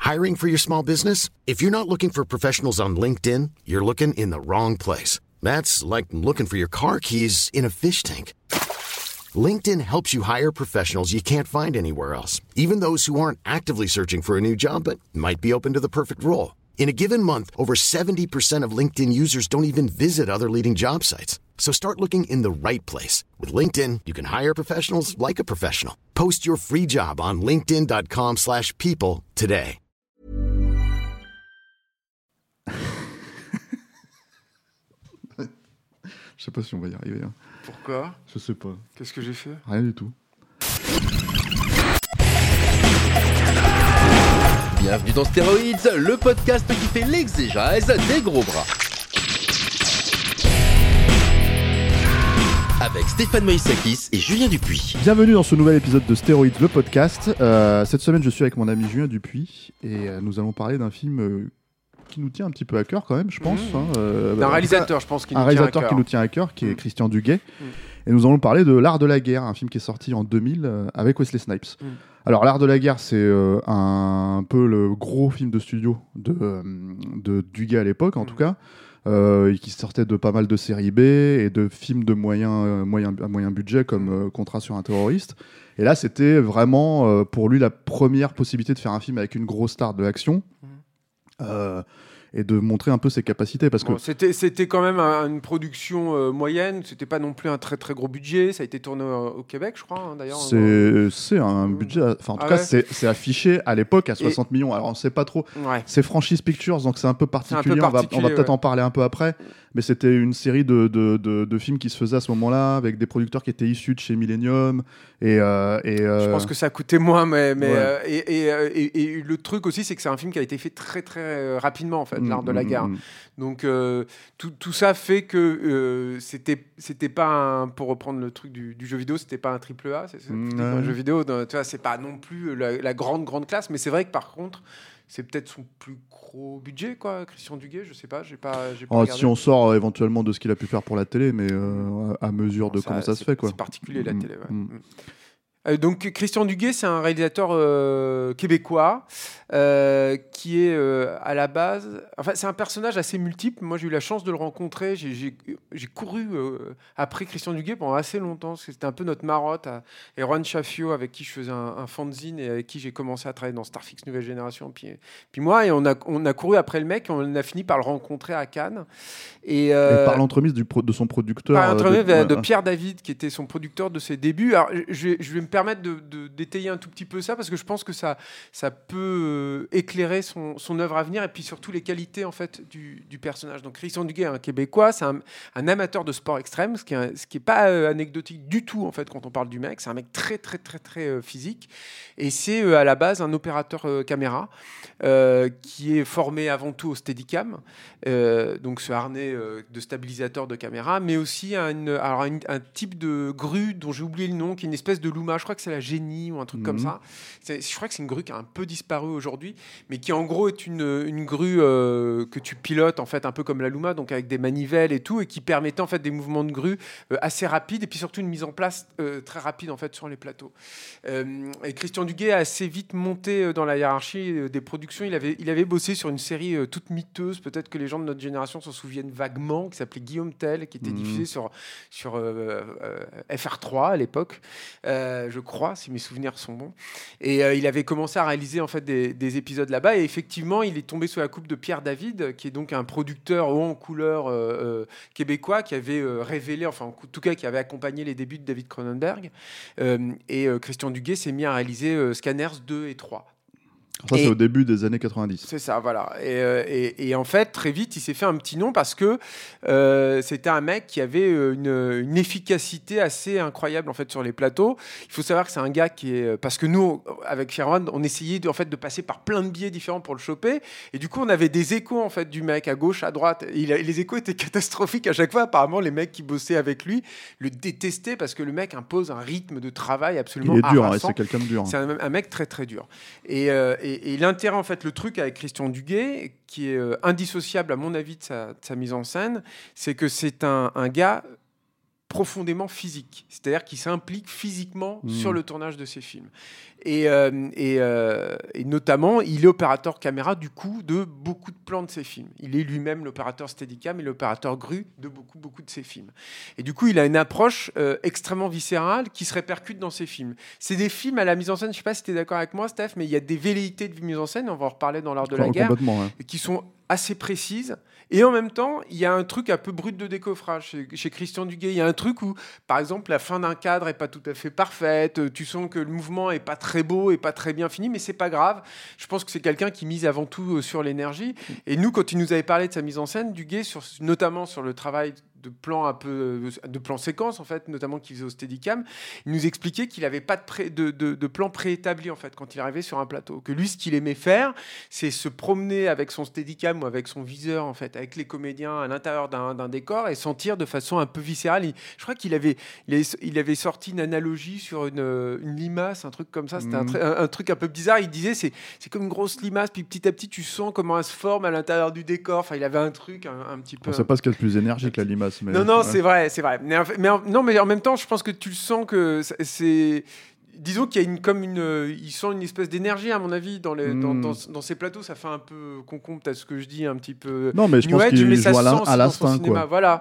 Hiring for your small business? If you're not looking for professionals on LinkedIn, you're looking in the wrong place. That's like looking for your car keys in a fish tank. LinkedIn helps you hire professionals you can't find anywhere else, even those who aren't actively searching for a new job but might be open to the perfect role. In a given month, over 70% of LinkedIn users don't even visit other leading job sites. So start looking in the right place. With LinkedIn, you can hire professionals like a professional. Post your free job on linkedin.com/people today. Je sais pas si on va y arriver. Hein. Pourquoi ? Je sais pas. Qu'est-ce que j'ai fait ? Rien du tout. Bienvenue dans Stéroïdes, le podcast qui fait l'exégèse des gros bras. Avec Stéphane Moïsakis et Julien Dupuis. Bienvenue dans ce nouvel épisode de Stéroïdes, le podcast. Cette semaine, je suis avec mon ami Julien Dupuis et nous allons parler d'un film qui nous tient un petit peu à cœur quand même, je pense. D'un réalisateur, je pense, qui nous tient à cœur. Un réalisateur qui nous tient à cœur, qui est Christian Duguay. Et nous allons parler de L'Art de la guerre, un film qui est sorti en 2000 avec Wesley Snipes. Alors, L'Art de la guerre, c'est un peu le gros film de studio de Duguay à l'époque, en tout cas, qui sortait de pas mal de séries B et de films de moyen budget comme Contrat sur un terroriste. Et là, c'était vraiment pour lui la première possibilité de faire un film avec une grosse star de l'action. Et de montrer un peu ses capacités parce que c'était quand même une production moyenne, c'était pas non plus un très très gros budget, ça a été tourné au Québec, je crois, hein, d'ailleurs. C'est un budget, enfin en tout cas c'est affiché à l'époque à 60 millions. Alors on sait pas trop. Ouais. C'est Franchise Pictures, donc c'est un peu particulier. On va peut-être en parler un peu après, mais c'était une série de films qui se faisaient à ce moment-là avec des producteurs qui étaient issus de chez Millennium je pense que ça coûtait moins, mais et le truc aussi, c'est que c'est un film qui a été fait très très rapidement en fait. L'Art de la guerre. Donc tout ça fait que c'était pas pour reprendre le truc du jeu vidéo, c'était pas un triple A, c'est un jeu vidéo, tu vois, c'est pas non plus la grande classe, mais c'est vrai que par contre c'est peut-être son plus gros budget, quoi, Christian Duguay, je sais pas, j'ai pas si on sort éventuellement de ce qu'il a pu faire pour la télé, mais à mesure de comment ça se fait, quoi. C'est particulier la télé, ouais. Donc Christian Duguay, c'est un réalisateur québécois qui est à la base... Enfin, c'est un personnage assez multiple. Moi, j'ai eu la chance de le rencontrer. J'ai couru après Christian Duguay pendant assez longtemps, parce que c'était un peu notre marotte. Erwan Chaffio, avec qui je faisais un fanzine et avec qui j'ai commencé à travailler dans Starfix Nouvelle Génération. Puis moi, et on a couru après le mec et on a fini par le rencontrer à Cannes. Et par l'entremise de son producteur. Par l'entremise de Pierre David, qui était son producteur de ses débuts. Alors, je vais me permettre de détailler un tout petit peu ça, parce que je pense que ça peut éclairer son œuvre à venir, et puis surtout les qualités en fait du personnage. Donc Christian Duguay, un Québécois, c'est un amateur de sport extrême, ce qui est pas anecdotique du tout en fait quand on parle du mec. C'est un mec très très très très physique, et c'est à la base un opérateur caméra qui est formé avant tout au Steadicam, donc ce harnais de stabilisateur de caméra, mais aussi un type de grue dont j'ai oublié le nom, qui est une espèce de Luma, je crois que c'est la Génie ou un truc comme ça. Je crois que c'est une grue qui a un peu disparu aujourd'hui, mais qui en gros est une grue que tu pilotes en fait un peu comme la Luma, donc avec des manivelles et tout, et qui permettait en fait des mouvements de grue assez rapides, et puis surtout une mise en place très rapide en fait sur les plateaux. Et Christian Duguay a assez vite monté dans la hiérarchie des productions. Il avait bossé sur une série toute miteuse, peut-être que les gens de notre génération s'en souviennent vaguement, qui s'appelait Guillaume Tell, qui était diffusée sur FR3 à l'époque, je crois, si mes souvenirs sont bons. Et il avait commencé à réaliser en fait des épisodes là-bas, et effectivement il est tombé sous la coupe de Pierre David, qui est donc un producteur haut en couleur québécois, qui avait révélé, enfin en tout cas qui avait accompagné les débuts de David Cronenberg, et Christian Duguay s'est mis à réaliser Scanners 2 et 3. Ça, c'est au début des années 90. C'est ça, voilà. Et en fait, très vite, il s'est fait un petit nom parce que c'était un mec qui avait une efficacité assez incroyable en fait sur les plateaux. Il faut savoir que c'est un gars qui est... Parce que nous, avec Sherwan, on essayait de passer par plein de biais différents pour le choper. Et du coup, on avait des échos en fait du mec à gauche, à droite. Et les échos étaient catastrophiques à chaque fois. Apparemment, les mecs qui bossaient avec lui le détestaient parce que le mec impose un rythme de travail absolument harassant. Il est dur, hein, c'est quelqu'un de dur. C'est un mec très très dur. Et l'intérêt, en fait, le truc avec Christian Duguay, qui est indissociable, à mon avis, de sa mise en scène, c'est que c'est un gars profondément physique, c'est-à-dire qu'il s'implique physiquement sur le tournage de ses films. Et notamment, il est opérateur caméra du coup de beaucoup de plans de ses films. Il est lui-même l'opérateur Steadicam et l'opérateur grue de beaucoup de ses films. Et du coup, il a une approche extrêmement viscérale qui se répercute dans ses films. C'est des films à la mise en scène, je ne sais pas si tu es d'accord avec moi, Steph, mais il y a des velléités de mise en scène, on va en reparler dans l'art de la guerre, qui sont assez précises. Et en même temps, il y a un truc un peu brut de décoffrage chez Christian Duguay. Il y a un truc où, par exemple, la fin d'un cadre est pas tout à fait parfaite. Tu sens que le mouvement est pas très beau et pas très bien fini, mais c'est pas grave. Je pense que c'est quelqu'un qui mise avant tout sur l'énergie. Et nous, quand il nous avait parlé de sa mise en scène, Duguay, notamment sur le travail de plans séquences en fait, notamment qu'il faisait au Steadicam, il nous expliquait qu'il n'avait pas de plan préétabli en fait quand il arrivait sur un plateau. Que lui, ce qu'il aimait faire, c'est se promener avec son Steadicam ou avec son viseur en fait, avec les comédiens à l'intérieur d'un décor et sentir de façon un peu viscérale. Je crois qu'il avait sorti une analogie sur une limace, un truc comme ça. C'était un truc un peu bizarre. Il disait c'est comme une grosse limace, puis petit à petit tu sens comment elle se forme à l'intérieur du décor. Enfin, il avait un truc un petit peu. On sait pas ce qu'il y a de plus énergique la limace. Mais non, c'est vrai. Mais en même temps, je pense que tu le sens que c'est. Disons qu'il y a il sent une espèce d'énergie, à mon avis, dans ces plateaux. Ça fait un peu concombre, peut-être ce que je dis, un petit peu. Non, mais je pense qu'il joue à l'instinct, quoi. Voilà.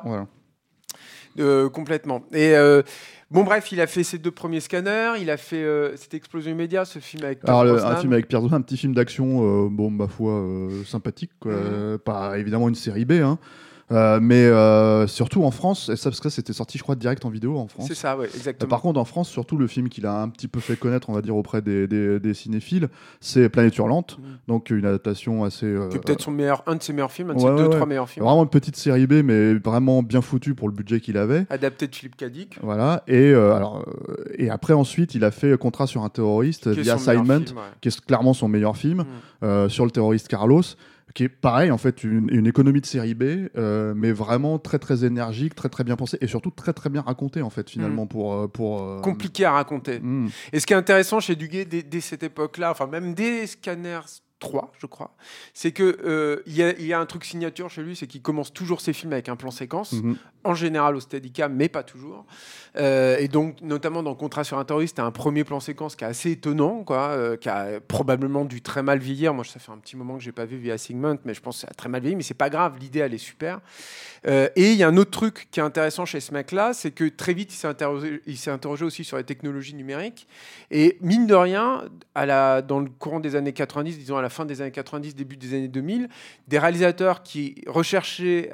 Complètement. Et bon, bref, il a fait ses 2 premiers scanners. Il a fait cette Explosion immédiate, ce film avec. Alors, un film avec Pierce Brosnan, un petit film d'action, ma foi, sympathique, quoi. Pas évidemment une série B, hein. Mais surtout en France, et ça, parce que c'était sorti, je crois, direct en vidéo en France. C'est ça, ouais, exactement. Par contre, en France, surtout le film qu'il a un petit peu fait connaître, on va dire, auprès des cinéphiles, c'est Planète Hurlante, donc une adaptation assez. Qui est peut-être un de ses meilleurs films, un de ses 2-3 meilleurs films. Vraiment une petite série B, mais vraiment bien foutue pour le budget qu'il avait. Adapté de Philippe Cadic. Voilà. Et après, ensuite, il a fait Contrat sur un terroriste, The Assignment, qui est clairement son meilleur film, sur le terroriste Carlos. Qui est pareil, en fait, une économie de série B, mais vraiment très très énergique, très très bien pensée, et surtout très très bien racontée, en fait, finalement. Compliqué à raconter. Et ce qui est intéressant chez Duguay, dès cette époque-là, enfin même dès Scanners 3, je crois, c'est que il y a un truc signature chez lui, c'est qu'il commence toujours ses films avec un plan séquence, en général au Steadicam, mais pas toujours. Et donc, notamment dans Contrat sur un terroriste, t'as un premier plan séquence qui est assez étonnant, quoi, qui a probablement dû très mal vieillir. Moi, ça fait un petit moment que j'ai pas vu via Segment, mais je pense que ça a très mal vieilli, mais c'est pas grave, l'idée, elle est super. Et il y a un autre truc qui est intéressant chez ce mec-là, c'est que très vite, il s'est interrogé aussi sur les technologies numériques. Et mine de rien, dans le courant des années 90, disons à la fin des années 90, début des années 2000, des réalisateurs qui recherchaient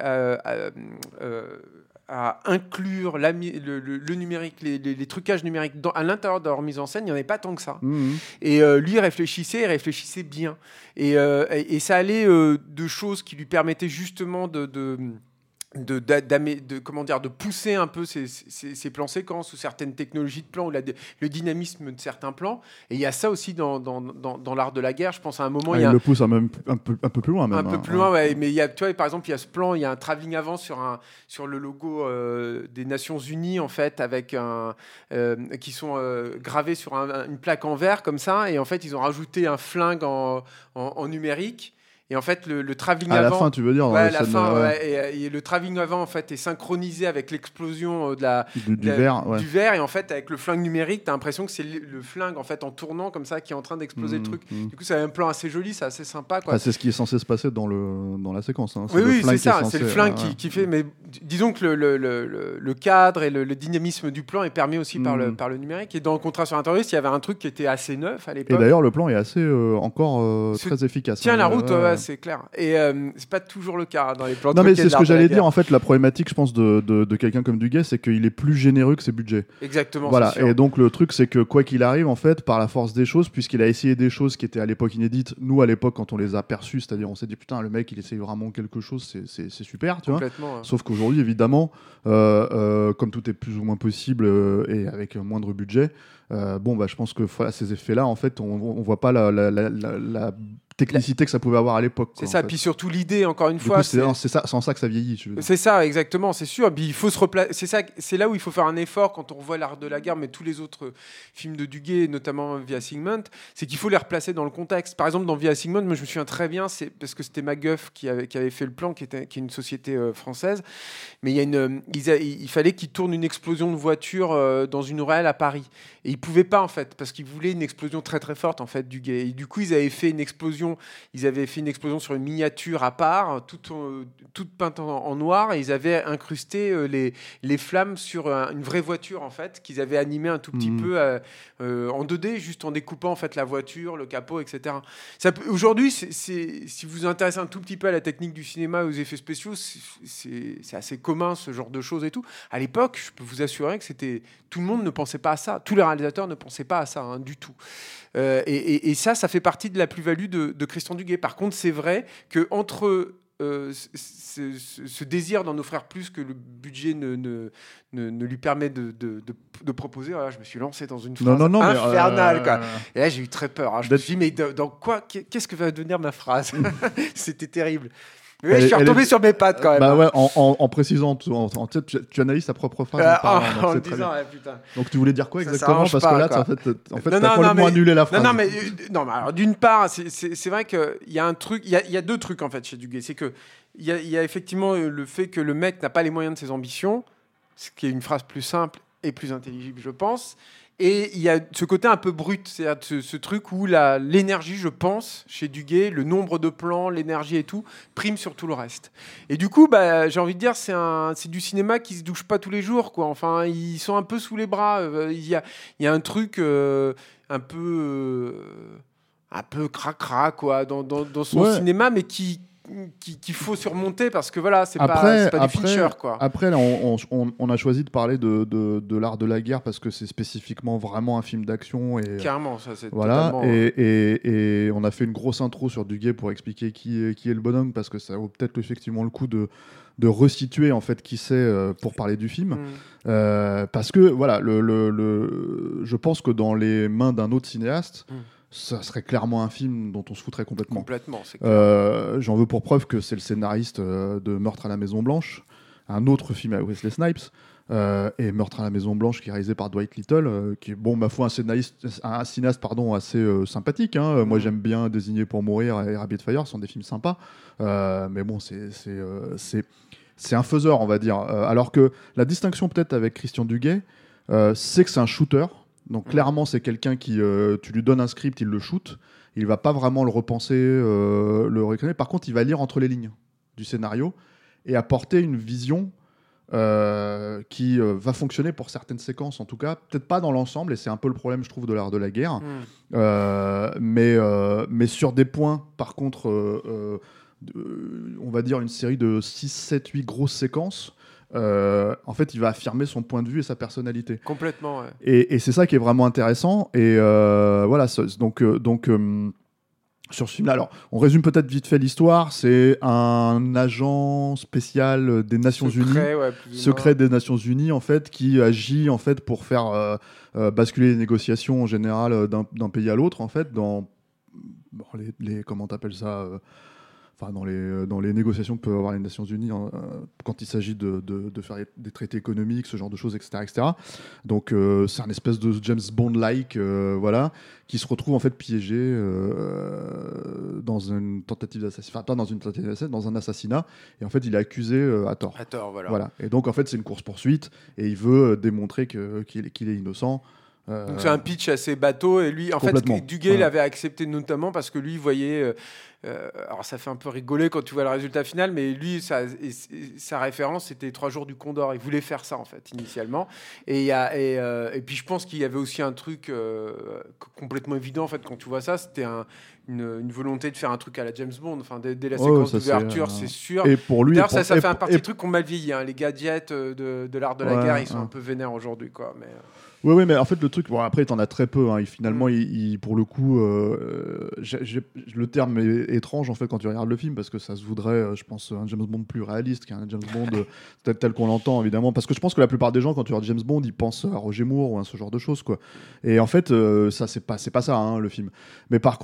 à inclure le numérique, les trucages numériques à l'intérieur de leur mise en scène, il n'y en avait pas tant que ça. Et lui, il réfléchissait bien. Et ça allait de choses qui lui permettaient justement de pousser un peu ces plans séquences ou certaines technologies de plans ou le dynamisme de certains plans. Et il y a ça aussi dans l'art de la guerre. Je pense à un moment... il le pousse même un peu plus loin. Un peu plus loin, ouais. Mais tu vois, par exemple, il y a ce plan, il y a un travelling avant sur le logo des Nations Unies, en fait, avec qui sont gravés sur une plaque en verre, comme ça. Et en fait, ils ont rajouté un flingue en numérique. Et en fait, le travelling avant... À la fin, tu veux dire à la fin, et le travelling avant, en fait, est synchronisé avec l'explosion du verre. Et en fait, avec le flingue numérique, tu as l'impression que c'est le flingue, en fait, en tournant comme ça, qui est en train d'exploser le truc. Du coup, c'est un plan assez joli, c'est assez sympa, quoi. C'est ce qui est censé se passer dans la séquence. Hein. Oui, c'est ça. C'est le flingue qui fait... Mais disons que le cadre et le dynamisme du plan est permis aussi par le numérique. Et dans Contrat sur un terroriste, il y avait un truc qui était assez neuf à l'époque. Et d'ailleurs, le plan est assez encore très efficace. Tient la route, c'est clair. Et c'est pas toujours le cas dans les plans. Non, mais c'est ce que j'allais dire. En fait, la problématique, je pense, de quelqu'un comme Duguay, c'est qu'il est plus généreux que ses budgets. Exactement. Voilà. Et donc le truc, c'est que quoi qu'il arrive, en fait, par la force des choses, puisqu'il a essayé des choses qui étaient à l'époque inédites. Nous, à l'époque, quand on les a perçues, c'est-à-dire, on s'est dit putain, le mec, il essaye vraiment quelque chose, c'est super, tu vois. Sauf qu'aujourd'hui, évidemment, comme tout est plus ou moins possible et avec un moindre budget. Je pense que ces effets-là, en fait, on voit pas la technicité que ça pouvait avoir à l'époque. C'est ça, puis surtout l'idée, encore une fois. C'est en ça que ça vieillit. C'est ça, exactement, c'est sûr. Puis il faut se replacer. C'est là où il faut faire un effort quand on revoit l'art de la guerre, mais tous les autres films de Duguay, notamment Via Sigmund, c'est qu'il faut les replacer dans le contexte. Par exemple, dans Via Sigmund, moi je me souviens très bien, c'est parce que c'était MacGuff qui avait fait le plan, qui est une société française, mais il fallait qu'ils tournent une explosion de voiture dans une ruelle à Paris. Et ils pouvaient pas en fait, parce qu'ils voulaient une explosion très très forte en fait, Duguay. Et du coup, ils avaient fait une explosion sur une miniature à part, toute peinte en noir, et ils avaient incrusté les flammes sur une vraie voiture en fait, qu'ils avaient animé un tout petit peu en 2D, juste en découpant en fait la voiture, le capot, etc. Aujourd'hui, si vous vous intéressez un tout petit peu à la technique du cinéma et aux effets spéciaux, c'est assez commun ce genre de choses et tout. À l'époque, je peux vous assurer que tout le monde ne pensait pas à ça, tous les réalisateurs ne pensaient pas à ça du tout. Et ça fait partie de la plus-value de Christian Duguay. Par contre, c'est vrai qu'entre ce désir d'en offrir plus que le budget ne lui permet de proposer, voilà, je me suis lancé dans une phrase infernale. Quoi. Et là, j'ai eu très peur. Je me suis dit, mais dans quoi, qu'est-ce que va devenir ma phrase? C'était terrible. Mais je suis retombé sur mes pattes quand même. Bah ouais, en précisant, tu analyses ta propre phrase en disant, putain. Donc tu voulais dire quoi exactement? Parce que là, en fait, t'as complètement annulé la phrase. Non, mais alors d'une part, c'est vrai qu'il y a un truc, il y a deux trucs en fait chez Duguay. C'est que il y a effectivement le fait que le mec n'a pas les moyens de ses ambitions, ce qui est une phrase plus simple et plus intelligible, je pense. Et il y a ce côté un peu brut, c'est-à-dire ce truc où l'énergie, je pense, chez Duguay, le nombre de plans, l'énergie et tout, prime sur tout le reste. Et du coup, j'ai envie de dire, c'est du cinéma qui se douche pas tous les jours, quoi. Enfin, ils sont un peu sous les bras. Il y a un truc un peu cracra, quoi, dans son cinéma, mais qu'il faut surmonter parce que voilà, c'est pas du Fincher, quoi. Après, là, on a choisi de parler de l'art de la guerre parce que c'est spécifiquement vraiment un film d'action. Et, carrément, ça c'est voilà, totalement... et on a fait une grosse intro sur Duguay pour expliquer qui est le bonhomme, parce que ça vaut peut-être effectivement le coup de resituer en fait qui c'est pour parler du film. Parce que voilà, je pense que dans les mains d'un autre cinéaste, ça serait clairement un film dont on se foutrait complètement. Complètement, c'est clair. J'en veux pour preuve que c'est le scénariste de Meurtre à la Maison Blanche, un autre film avec Wesley Snipes, et Meurtre à la Maison Blanche qui est réalisé par Dwight Little, qui est, bon, ma foi, un cinéaste assez sympathique. Moi, j'aime bien Désigné pour mourir et Rapid Fire, ce sont des films sympas. Mais bon, c'est un faiseur, on va dire. Alors que la distinction peut-être avec Christian Duguay, c'est que c'est un shooter. Donc clairement, c'est quelqu'un qui, tu lui donnes un script, il le shoot. Il va pas vraiment le repenser, le recréer. Par contre, il va lire entre les lignes du scénario et apporter une vision qui va fonctionner pour certaines séquences, en tout cas. Peut-être pas dans l'ensemble, et c'est un peu le problème, je trouve, de l'art de la guerre. Mais sur des points, par contre, on va dire une série de 6, 7, 8 grosses séquences. En fait, il va affirmer son point de vue et sa personnalité. Complètement, ouais. Et c'est ça qui est vraiment intéressant. Et voilà, donc sur ce film-là, alors, on résume peut-être vite fait l'histoire. C'est un agent spécial des Nations Unies, secret des Nations Unies, en fait, qui agit en fait pour faire basculer les négociations en général d'un pays à l'autre, en fait, dans les comment t'appelles ça dans les négociations que peuvent avoir les Nations Unies quand il s'agit de faire des traités économiques, ce genre de choses, etc. etc. Donc c'est un espèce de James Bond-like, voilà, qui se retrouve en fait piégé dans une tentative d'assassinat, enfin pas dans une tentative d'assassinat, dans un assassinat, et en fait il est accusé à tort. À tort, voilà. Et donc en fait c'est une course-poursuite, et il veut démontrer qu'il est innocent. Donc c'est un pitch assez bateau, et lui, en fait, Duguay l'avait accepté notamment parce que lui voyait... alors ça fait un peu rigoler quand tu vois le résultat final, mais lui, sa référence, c'était 3 jours du Condor. Il voulait faire ça, en fait, initialement. Et puis je pense qu'il y avait aussi un truc complètement évident, en fait, quand tu vois ça, c'était une volonté de faire un truc à la James Bond. Enfin, dès la séquence d'ouverture, c'est sûr. Et pour lui, d'ailleurs, ça fait un parti truc qu'on m'a vieilli. Les gadgets de l'art de la guerre, ils sont un peu vénères aujourd'hui, quoi. Mais... Oui, mais en fait, le truc, bon, après, t'en as très peu. Finalement, pour le coup, le terme est étrange, en fait, quand tu regardes le film, parce que ça se voudrait, je pense, un James Bond plus réaliste qu'un James Bond tel qu'on l'entend, évidemment. Parce que je pense que la plupart des gens, quand tu regardes James Bond, ils pensent à Roger Moore ou à ce genre de choses, quoi. Et en fait, ça, c'est pas ça, le film. Mais par contre, le truc,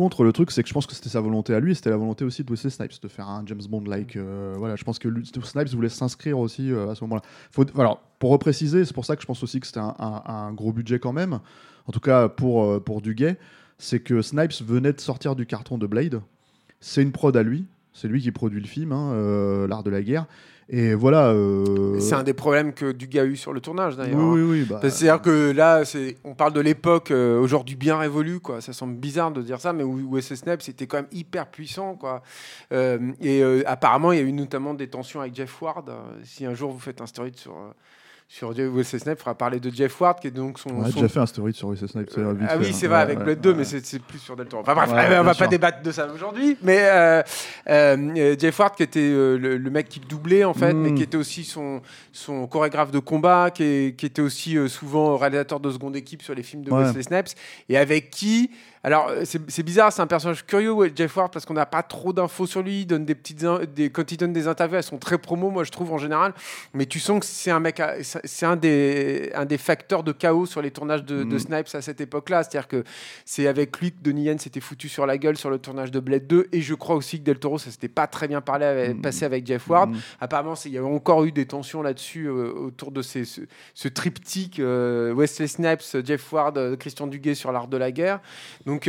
truc, c'est que je pense que c'était sa volonté à lui, et c'était la volonté aussi de Wesley Snipes de faire un James Bond-like. Voilà, je pense que Snipes voulait s'inscrire aussi à ce moment-là. Alors, pour repréciser, c'est pour ça que je pense aussi que c'était un gros budget quand même, en tout cas pour Duguay, c'est que Snipes venait de sortir du carton de Blade. C'est une prod à lui, c'est lui qui produit le film, L'Art de la guerre. Et voilà. C'est un des problèmes que Duguay a eu sur le tournage d'ailleurs. Oui. C'est-à-dire que là, on parle de l'époque aujourd'hui bien révolue, quoi. Ça semble bizarre de dire ça, mais où Wesley Snipes c'était quand même hyper puissant, quoi. Apparemment, il y a eu notamment des tensions avec Jeff Ward. Si un jour vous faites un story sur Wesley Snipes, il faudra parler de Jeff Ward, qui est donc son... On a déjà fait un story sur Wesley Snipes. Oui, c'est vrai, avec Blade 2, mais c'est plus sur Del Toro. Enfin bref, on va pas débattre de ça aujourd'hui. Mais Jeff Ward, qui était le mec qui le doublait, en fait, mais qui était aussi son chorégraphe de combat, qui était aussi souvent réalisateur de seconde équipe sur les films de Wesley Snipes, et avec qui... Alors, c'est bizarre, c'est un personnage curieux, Jeff Ward, parce qu'on n'a pas trop d'infos sur lui. Il donne quand il donne des interviews, elles sont très promo, moi je trouve en général. Mais tu sens que c'est un mec, c'est un des facteurs de chaos sur les tournages de Snipes à cette époque-là. C'est-à-dire que c'est avec lui que Donnie Yen s'était foutu sur la gueule sur le tournage de Blade 2. Et je crois aussi que Del Toro, ça s'était pas très bien passé avec Jeff Ward. Apparemment, il y avait encore eu des tensions là-dessus autour de ce triptyque Wesley Snipes, Jeff Ward, Christian Duguay sur l'art de la guerre. Donc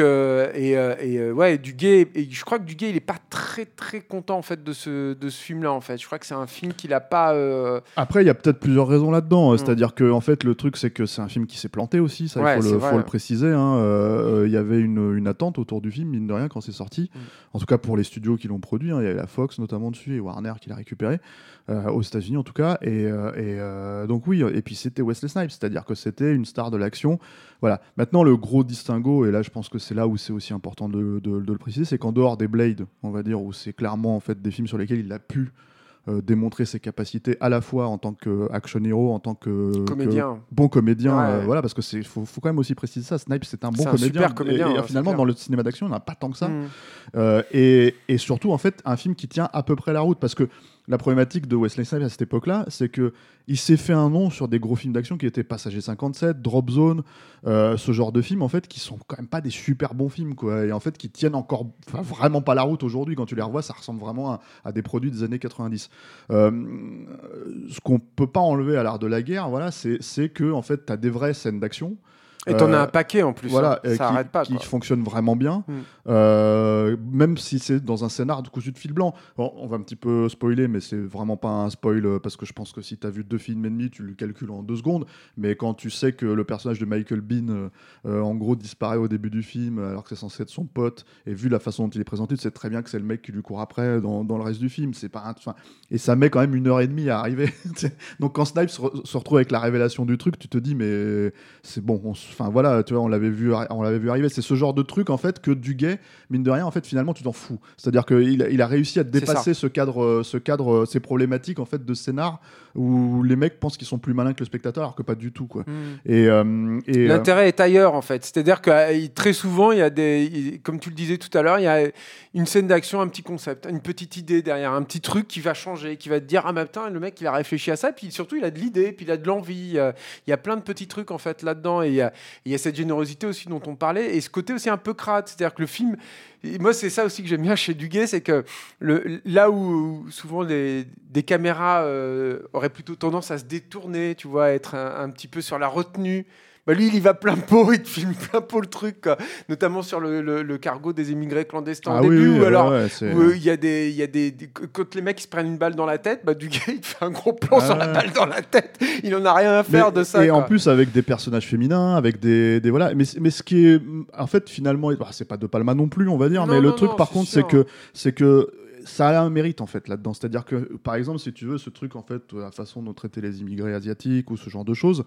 Duguay, et je crois que Duguay il est pas très très content en fait de ce film-là en fait. Je crois que c'est un film qu'il a pas. Après il y a peut-être plusieurs raisons là-dedans. C'est-à-dire que en fait le truc c'est que c'est un film qui s'est planté aussi. Ça faut le préciser. Il y avait une attente autour du film mine de rien quand c'est sorti. En tout cas pour les studios qui l'ont produit. Il y avait la Fox notamment dessus et Warner qui l'a récupéré aux États-Unis en tout cas. Donc oui. Et puis c'était Wesley Snipes, c'est-à-dire que c'était une star de l'action. Voilà. Maintenant le gros distinguo et là je pense que c'est là où c'est aussi important de le préciser, c'est qu'en dehors des Blade, on va dire, où c'est clairement en fait des films sur lesquels il a pu démontrer ses capacités à la fois en tant qu'action hero, en tant que bon comédien, voilà, parce que faut quand même aussi préciser ça. Snipes c'est un bon comédien, super comédien et finalement dans le cinéma d'action on n'a pas tant que ça. Et surtout en fait un film qui tient à peu près la route, parce que la problématique de Wesley Snipes à cette époque-là, c'est que il s'est fait un nom sur des gros films d'action qui étaient Passager 57, Drop Zone, ce genre de films en fait qui sont quand même pas des super bons films, quoi, et en fait qui tiennent encore vraiment pas la route aujourd'hui. Quand tu les revois, ça ressemble vraiment à des produits des années 90. Ce qu'on peut pas enlever à l'art de la guerre, voilà, c'est que en fait t'as des vraies scènes d'action. Et t'en as un paquet en plus, voilà, ça arrête pas. Qui fonctionne vraiment bien, même si c'est dans un scénar de cousu de fil blanc. Bon, on va un petit peu spoiler, mais c'est vraiment pas un spoil, parce que je pense que si t'as vu 2 films et demi, tu le calcules en 2 secondes. Mais quand tu sais que le personnage de Michael Biehn, en gros, disparaît au début du film, alors que c'est censé être son pote, et vu la façon dont il est présenté, tu sais très bien que c'est le mec qui lui court après dans le reste du film. C'est pas et ça met quand même 1h30 à arriver. Donc quand Snipes se retrouve avec la révélation du truc, tu te dis mais c'est bon. Enfin voilà, tu vois, on l'avait vu arriver. C'est ce genre de truc en fait que Duguay, mine de rien, en fait, finalement, tu t'en fous. C'est-à-dire qu'il a réussi à dépasser ce cadre, ces problématiques en fait de scénar où les mecs pensent qu'ils sont plus malins que le spectateur, alors que pas du tout, quoi. Et l'intérêt est ailleurs en fait. C'est-à-dire que très souvent, il y a comme tu le disais tout à l'heure, il y a une scène d'action, un petit concept, une petite idée derrière, un petit truc qui va changer, qui va te dire ah mais putain, le mec il a réfléchi à ça, puis surtout il a de l'idée, puis il a de l'envie. Il y a plein de petits trucs en fait là-dedans, et il y a cette générosité aussi dont on parlait, et ce côté aussi un peu crade. C'est-à-dire que le film, moi c'est ça aussi que j'aime bien chez Duguay, c'est que là où souvent des caméras auraient plutôt tendance à se détourner, tu vois, à être un petit peu sur la retenue, bah lui il y va plein pot, il te filme plein pot le truc, quoi. Notamment sur le cargo des immigrés clandestins au début, où alors il y a des quand les mecs ils se prennent une balle dans la tête, bah Duguay il te fait un gros plan sur la balle dans la tête, il en a rien à faire de ça, et quoi. en plus avec des personnages féminins, avec des voilà, mais ce qui est en fait finalement, c'est pas De Palma non plus, on va dire, mais le truc par contre c'est que ça a un mérite en fait là-dedans, c'est-à-dire que par exemple si tu veux ce truc en fait, la façon dont traiter les immigrés asiatiques ou ce genre de choses,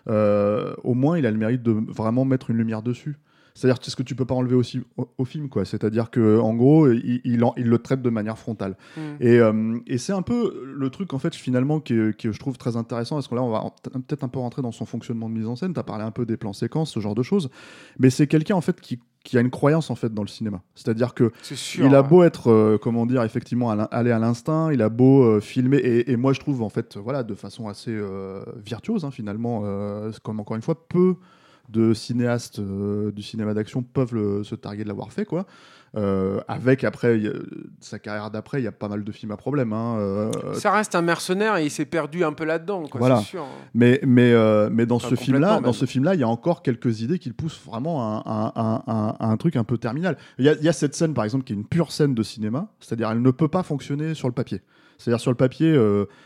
au moins il a le mérite de vraiment mettre une lumière dessus. C'est-à-dire que c'est ce que tu peux pas enlever aussi au film, quoi. C'est-à-dire que en gros il le traite de manière frontale. Et c'est un peu le truc en fait finalement que je trouve très intéressant, parce que là on va peut-être un peu rentrer dans son fonctionnement de mise en scène. T'as parlé un peu des plans séquences, ce genre de choses, mais c'est quelqu'un en fait qui a une croyance en fait dans le cinéma. C'est-à-dire que il a beau être comment dire, effectivement aller à l'instinct, il a beau filmer, et moi je trouve en fait voilà de façon assez virtuose, hein, finalement, comme encore une fois peu de cinéastes du cinéma d'action peuvent se targuer de l'avoir fait, quoi. Avec après sa carrière d'après, il y a pas mal de films à problème. Ça reste un mercenaire et il s'est perdu un peu là-dedans, quoi, voilà. c'est sûr. Mais dans ce film-là, il y a encore quelques idées qui le poussent vraiment à un truc un peu terminal. Il y a cette scène, par exemple, qui est une pure scène de cinéma, c'est-à-dire elle ne peut pas fonctionner sur le papier. C'est-à-dire sur le papier.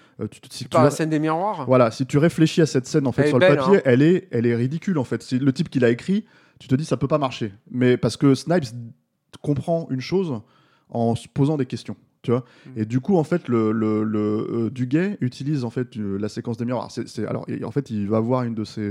La scène des miroirs. Voilà, si tu réfléchis à cette scène en fait sur le papier, elle est ridicule en fait. C'est le type qui l'a écrit, tu te dis ça peut pas marcher. Mais parce que Snipes comprend une chose en se posant des questions, tu vois. Et du coup en fait le Duguay utilise en fait la séquence des miroirs. Alors en fait il va voir une de ses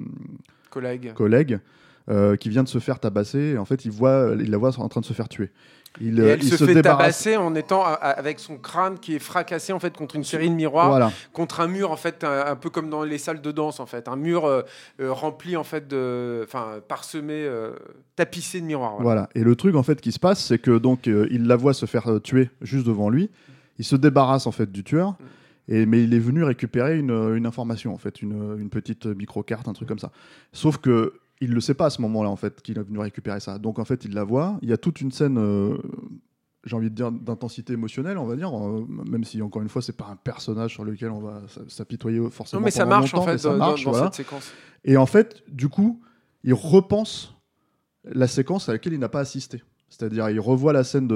collègues qui vient de se faire tabasser et en fait il la voit en train de se faire tuer. Elle se fait tabasser en étant avec son crâne qui est fracassé en fait contre une série de miroirs, contre un mur en fait un peu comme dans les salles de danse en fait, un mur rempli en fait parsemé, tapissé de miroirs. Voilà. Et le truc en fait qui se passe, c'est que donc il la voit se faire tuer juste devant lui, il se débarrasse en fait du tueur. Mais il est venu récupérer une information en fait, une petite micro-carte, un truc comme ça. Sauf que il le sait pas à ce moment-là en fait qu'il est venu récupérer ça. Donc en fait il la voit. Il y a toute une scène, j'ai envie de dire d'intensité émotionnelle, on va dire, même si encore une fois c'est pas un personnage sur lequel on va s'apitoyer forcément. Non mais ça marche longtemps, en fait dans cette séquence. Et en fait du coup il repense la séquence à laquelle il n'a pas assisté. C'est-à-dire, il revoit la scène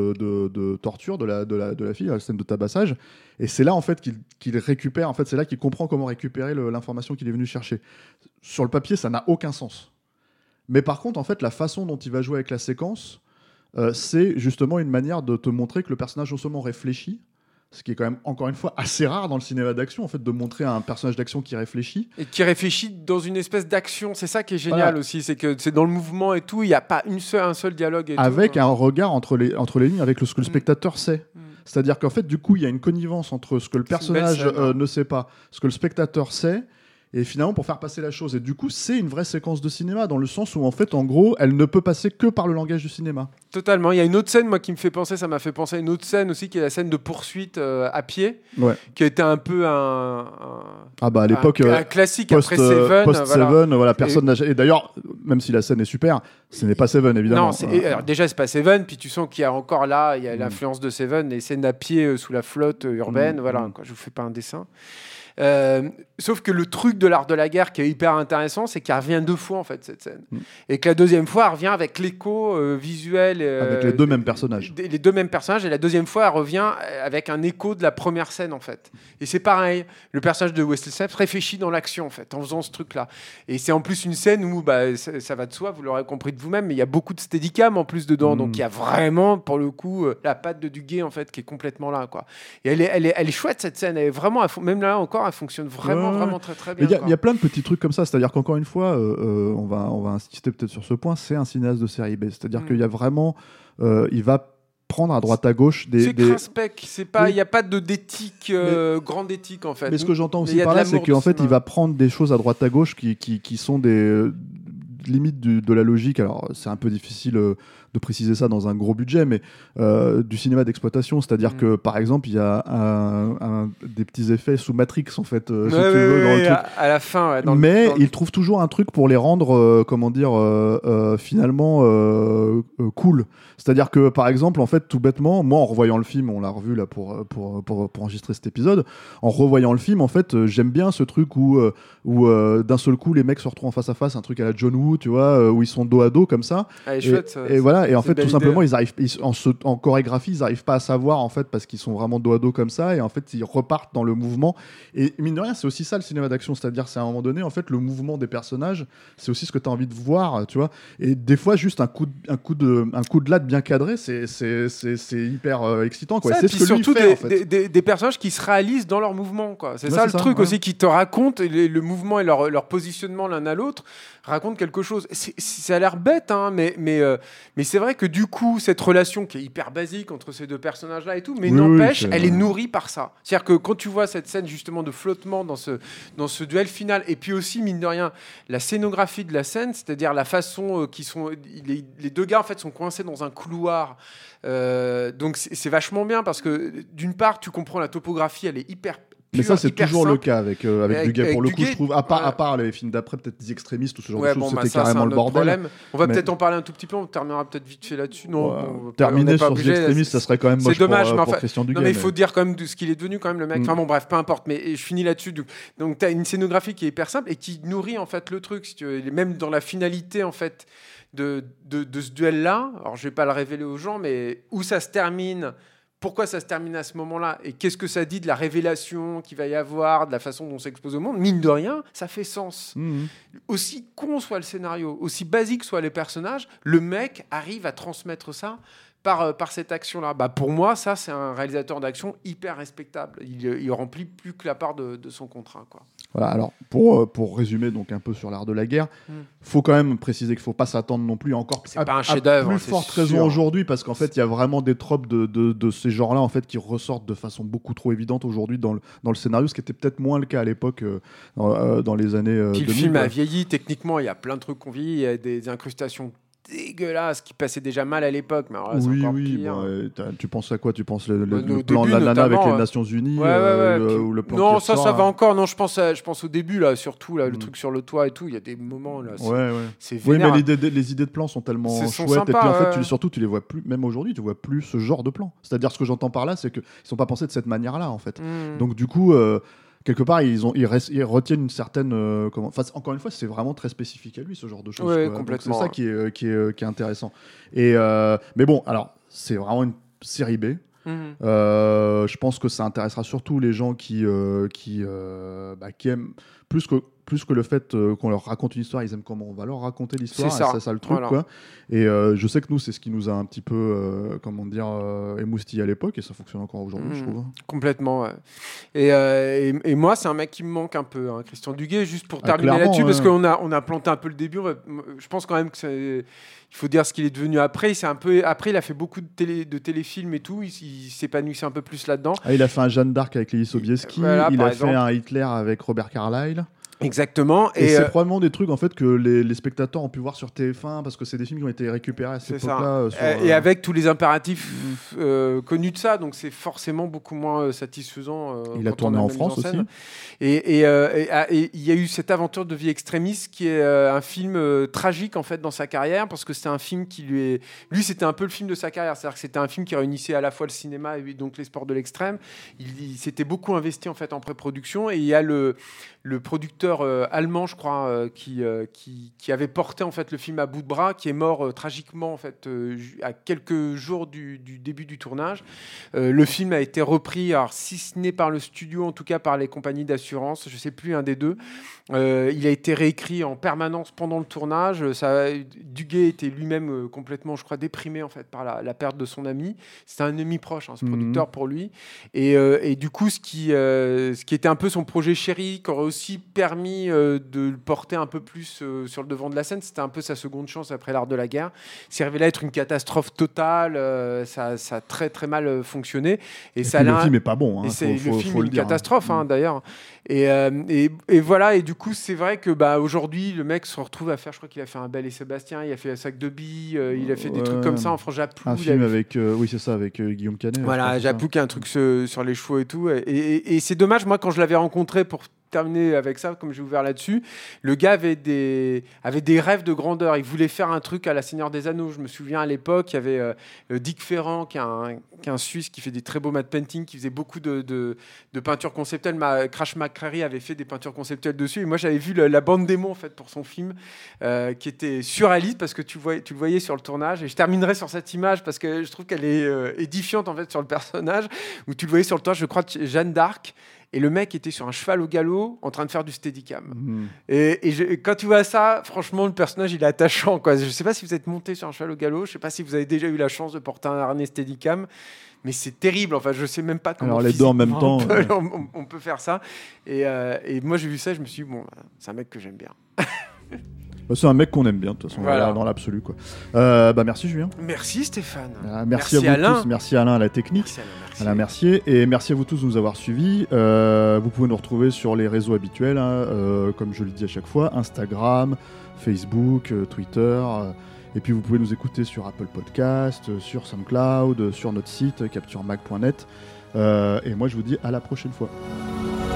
de torture de la fille, la scène de tabassage, et c'est là en fait qu'il récupère. En fait, c'est là qu'il comprend comment récupérer l'information qu'il est venu chercher. Sur le papier, ça n'a aucun sens. Mais par contre, en fait, la façon dont il va jouer avec la séquence, c'est justement une manière de te montrer que le personnage non seulement réfléchit, ce qui est quand même, encore une fois, assez rare dans le cinéma d'action, en fait, de montrer un personnage d'action qui réfléchit. Et qui réfléchit dans une espèce d'action. C'est ça qui est génial aussi, c'est que c'est dans le mouvement et tout, il n'y a pas un seul dialogue. Avec un regard entre les lignes, avec ce que le spectateur sait. C'est-à-dire qu'en fait, du coup, il y a une connivence entre ce que le personnage ne sait pas, ce que le spectateur sait, et finalement pour faire passer la chose. Et du coup, c'est une vraie séquence de cinéma, dans le sens où, en fait, en gros, elle ne peut passer que par le langage du cinéma. Totalement. Il y a une autre scène, moi, qui me fait penser, ça m'a fait penser à une autre scène aussi, qui est la scène de poursuite à pied, qui a été un peu à l'époque, un classique après Seven. Post-Seven, voilà, personne n'a... Et d'ailleurs, même si la scène est super, ce n'est pas Seven, évidemment. Non, alors, déjà, c'est pas Seven, puis tu sens qu'il y a encore là, il y a l'influence de Seven, les scènes à pied sous la flotte urbaine, voilà, quoi, je vous fais pas un dessin. Sauf que le truc de l'art de la guerre qui est hyper intéressant, c'est qu'elle revient 2 fois en fait cette scène, et que la deuxième fois elle revient avec l'écho visuel avec les deux mêmes personnages, les deux mêmes personnages, et la deuxième fois elle revient avec un écho de la première scène en fait. Et c'est pareil, le personnage de Wesley Snipes réfléchit dans l'action en fait en faisant ce truc là, et c'est en plus une scène où ça va de soi, vous l'aurez compris de vous-même, mais il y a beaucoup de steadicam en plus dedans, donc il y a vraiment pour le coup la patte de Duguay en fait qui est complètement là, quoi. Et elle est chouette cette scène, elle est vraiment, même là encore elle fonctionne vraiment très très bien. Il y a plein de petits trucs comme ça, c'est-à-dire qu'encore une fois, on va insister peut-être sur ce point, c'est un cinéaste de série B, c'est-à-dire qu'il y a vraiment, il va prendre à droite à gauche c'est craspec, c'est pas, il n'y a pas d'éthique, grande éthique en fait. Mais ce que j'entends aussi par là, c'est qu'en fait il va prendre des choses à droite à gauche qui sont des limites de la logique. Alors c'est un peu difficile de préciser ça dans un gros budget, mais du cinéma d'exploitation, c'est-à-dire que par exemple il y a des petits effets sous Matrix en fait, si tu veux, dans le truc. À la fin, mais il trouve toujours un truc pour les rendre finalement cool. C'est-à-dire que par exemple, en fait, tout bêtement, moi en revoyant le film, on l'a revu là pour enregistrer cet épisode, en revoyant le film, en fait, j'aime bien ce truc où d'un seul coup les mecs se retrouvent en face à face, un truc à la John Woo, tu vois, où ils sont dos à dos comme ça. Et voilà. Et en fait, tout simplement, en chorégraphie, ils n'arrivent pas à savoir, en fait, parce qu'ils sont vraiment dos à dos comme ça, et en fait, ils repartent dans le mouvement. Et mine de rien, c'est aussi ça le cinéma d'action, c'est-à-dire, c'est à un moment donné, en fait, le mouvement des personnages, c'est aussi ce que tu as envie de voir, tu vois. Et des fois, juste un coup de latte bien cadré, c'est hyper excitant, quoi. Ça, c'est et puis ce que surtout lui fait, en fait. des personnages qui se réalisent dans leur mouvement, quoi. C'est ça le truc aussi, qui te raconte le mouvement et leur positionnement l'un à l'autre raconte quelque chose. Ça a l'air bête, hein, mais c'est vrai que du coup, cette relation qui est hyper basique entre ces deux personnages-là et tout, mais n'empêche, elle est nourrie par ça. C'est-à-dire que quand tu vois cette scène justement de flottement dans ce duel final, et puis aussi, mine de rien, la scénographie de la scène, c'est-à-dire la façon les deux gars en fait sont coincés dans un couloir. Donc c'est vachement bien parce que d'une part, tu comprends la topographie, elle est hyper Mais ça, c'est hyper toujours simple. le cas avec Duguay. Pour le coup, Duguay, je trouve, à part les films d'après, peut-être The Extremistes ou ce genre de choses, bon, c'était ça, carrément c'est un le autre bordel. problème. On va Mais- peut-être en parler un tout petit peu, on terminera peut-être vite fait là-dessus. Non, on Terminer n'est pas sur The obligé, Extremistes, ça serait quand même c'est moche dommage, pour mais enfin, Christian Duguay. non, mais il faut dire quand même de ce qu'il est devenu, quand même, le mec. Mm. Enfin bon, bref, peu importe. Mais je finis là-dessus. Donc, tu as une scénographie qui est hyper simple et qui nourrit en fait le truc. Si tu veux. Même dans la finalité en fait de ce duel-là. Alors, je vais pas le révéler aux gens, mais où ça se termine. Pourquoi ça se termine à ce moment-là et qu'est-ce que ça dit de la révélation qu'il va y avoir, de la façon dont on s'expose au monde, mine de rien, ça fait sens. Mhm. Aussi con soit le scénario, aussi basique soient les personnages, le mec arrive à transmettre ça par cette action-là. Bah, pour moi, ça, c'est un réalisateur d'action hyper respectable. Il remplit plus que la part de son contrat, quoi. Voilà, alors pour résumer donc un peu sur l'art de la guerre, faut quand même préciser qu'il faut pas s'attendre non plus encore C'est pas un chef-d'œuvre, plus c'est forte sûr. raison aujourd'hui parce qu'en fait il y a vraiment des tropes de ces genres-là en fait qui ressortent de façon beaucoup trop évidente aujourd'hui dans le scénario, ce qui était peut-être moins le cas à l'époque dans les années Puis le 2000, film quoi. a vieilli techniquement, il y a plein de trucs qu'on vieillit, il y a des incrustations dégueulasses qui passaient déjà mal à l'époque, mais alors là, c'est encore pire. Tu penses à quoi? Tu penses le Au plan de début, la nana avec notamment, les Nations Unies Puis- ou le plan non, qui ça ressort, va là. encore. Non, je pense au début là, surtout là, le truc sur le toit et tout. Il y a des moments là, c'est Oui, vénère. mais les idées de plans sont tellement Sont chouettes. sympas, et puis en fait, ouais. surtout, tu les vois plus, même aujourd'hui, tu vois plus ce genre de plan. C'est-à-dire, ce que j'entends par là, c'est qu'ils ne sont pas pensés de cette manière-là, en fait. Donc, du coup, quelque part, ils retiennent une certaine. Encore une fois, c'est vraiment très spécifique à lui, ce genre de choses. Ouais, quoi. Donc, complètement. c'est ça qui est intéressant. Mais bon, alors, c'est vraiment une série B. Je pense que ça intéressera surtout les gens qui aiment plus que le fait qu'on leur raconte une histoire, ils aiment comment on va leur raconter l'histoire. C'est ça. C'est ça le truc, Voilà. quoi. Et je sais que nous, c'est ce qui nous a un petit peu, émoustillé à l'époque, et ça fonctionne encore aujourd'hui, je trouve. Complètement. Ouais. Et moi, c'est un mec qui me manque un peu, hein, Christian Duguay, juste pour terminer clairement, là-dessus, ouais. parce qu'on a planté un peu le début. Je pense quand même que il faut dire ce qu'il est devenu après. Après, il a fait beaucoup de téléfilms et tout. Il s'épanouissait un peu plus là-dedans. Ah, il a fait un Jeanne d'Arc avec Lily Sobieski, Voilà, il par a exemple. fait un Hitler avec Robert Carlyle. Exactement. Et c'est probablement des trucs en fait que les spectateurs ont pu voir sur TF1 parce que c'est des films qui ont été récupérés à cette c'est époque-là. ça. Et avec tous les impératifs connus de ça, donc c'est forcément beaucoup moins satisfaisant. Il a tourné en France aussi. Et il y a eu cette aventure de vie extrémiste qui est un film tragique en fait dans sa carrière, parce que c'était un film qui lui c'était un peu le film de sa carrière, c'est-à-dire que c'était un film qui réunissait à la fois le cinéma et donc les sports de l'extrême. Il s'était beaucoup investi en fait en pré-production, et il y a le producteur allemand, je crois, qui avait porté en fait le film à bout de bras, qui est mort tragiquement en fait à quelques jours du début du tournage. Le film a été repris, alors si ce n'est par le studio, en tout cas par les compagnies d'assurance, je sais plus, un des deux. Il a été réécrit en permanence pendant le tournage. Duguay était lui-même complètement, je crois, déprimé en fait par la perte de son ami. C'était un ami proche, ce producteur, pour lui. Et du coup, ce qui était un peu son projet chéri, qui aurait aussi permis de le porter un peu plus sur le devant de la scène, c'était un peu sa seconde chance après l'art de la guerre. C'est révélé être une catastrophe totale. Ça a très très mal fonctionné. Et ça le film est pas bon. Hein, le film faut est le une dire, catastrophe, hein, d'ailleurs. Et voilà. Et du coup, c'est vrai que aujourd'hui, le mec se retrouve à faire. Je crois qu'il a fait un Belle et Sébastien. Il a fait un sac de billes. Il a fait des trucs comme ça en France. Japlou. Un film avec, oui, c'est ça, avec Guillaume Canet. Voilà, Japlou qui a un truc sur les chevaux et tout. Et c'est dommage, moi, quand je l'avais rencontré pour terminer avec ça, comme j'ai ouvert là-dessus, le gars avait des rêves de grandeur. Il voulait faire un truc à la Seigneur des Anneaux. Je me souviens à l'époque, il y avait Dick Ferrand, qui est un Suisse qui fait des très beaux matte painting, qui faisait beaucoup de peintures conceptuelles. Crash McCrary avait fait des peintures conceptuelles dessus. Et moi, j'avais vu la bande démo en fait pour son film, qui était surréaliste parce que tu le voyais sur le tournage. Et je terminerai sur cette image parce que je trouve qu'elle est édifiante en fait sur le personnage, où tu le voyais sur le tournage, je crois, de Jeanne d'Arc. Et le mec était sur un cheval au galop en train de faire du steadicam. Et quand tu vois ça, franchement, le personnage, il est attachant, quoi. Je ne sais pas si vous êtes monté sur un cheval au galop. Je ne sais pas si vous avez déjà eu la chance de porter un harnais steadicam. Mais c'est terrible. Enfin, je ne sais même pas comment. Alors, les deux en même temps. On peut faire ça. Et moi, j'ai vu ça. Je me suis dit, bon, c'est un mec que j'aime bien. C'est un mec qu'on aime bien, de toute façon, voilà. dans l'absolu, quoi. Merci Julien. Merci Stéphane. Merci à vous Alain. tous. Merci Alain à la technique. Merci Alain. Alain Mercier. Et merci à vous tous de nous avoir suivis. Vous pouvez nous retrouver sur les réseaux habituels, comme je le dis à chaque fois, Instagram, Facebook, Twitter. Et puis vous pouvez nous écouter sur Apple Podcast, sur SoundCloud, sur notre site capturemag.net. Et moi je vous dis à la prochaine fois.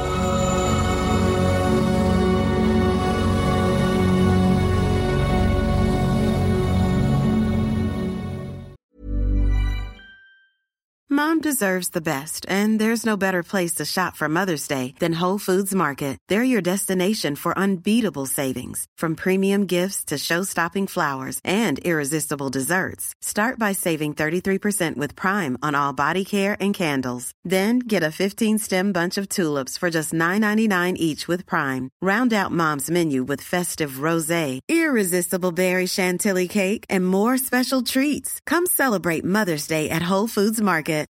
mom deserves the best, and there's no better place to shop for Mother's Day than Whole Foods Market. They're your destination for unbeatable savings, from premium gifts to show-stopping flowers and irresistible desserts. Start by saving 33% with Prime on all body care and candles. Then get a 15-stem bunch of tulips for just $9.99 each with Prime. Round out Mom's menu with festive rosé, irresistible berry chantilly cake, and more special treats. Come celebrate Mother's Day at Whole Foods Market.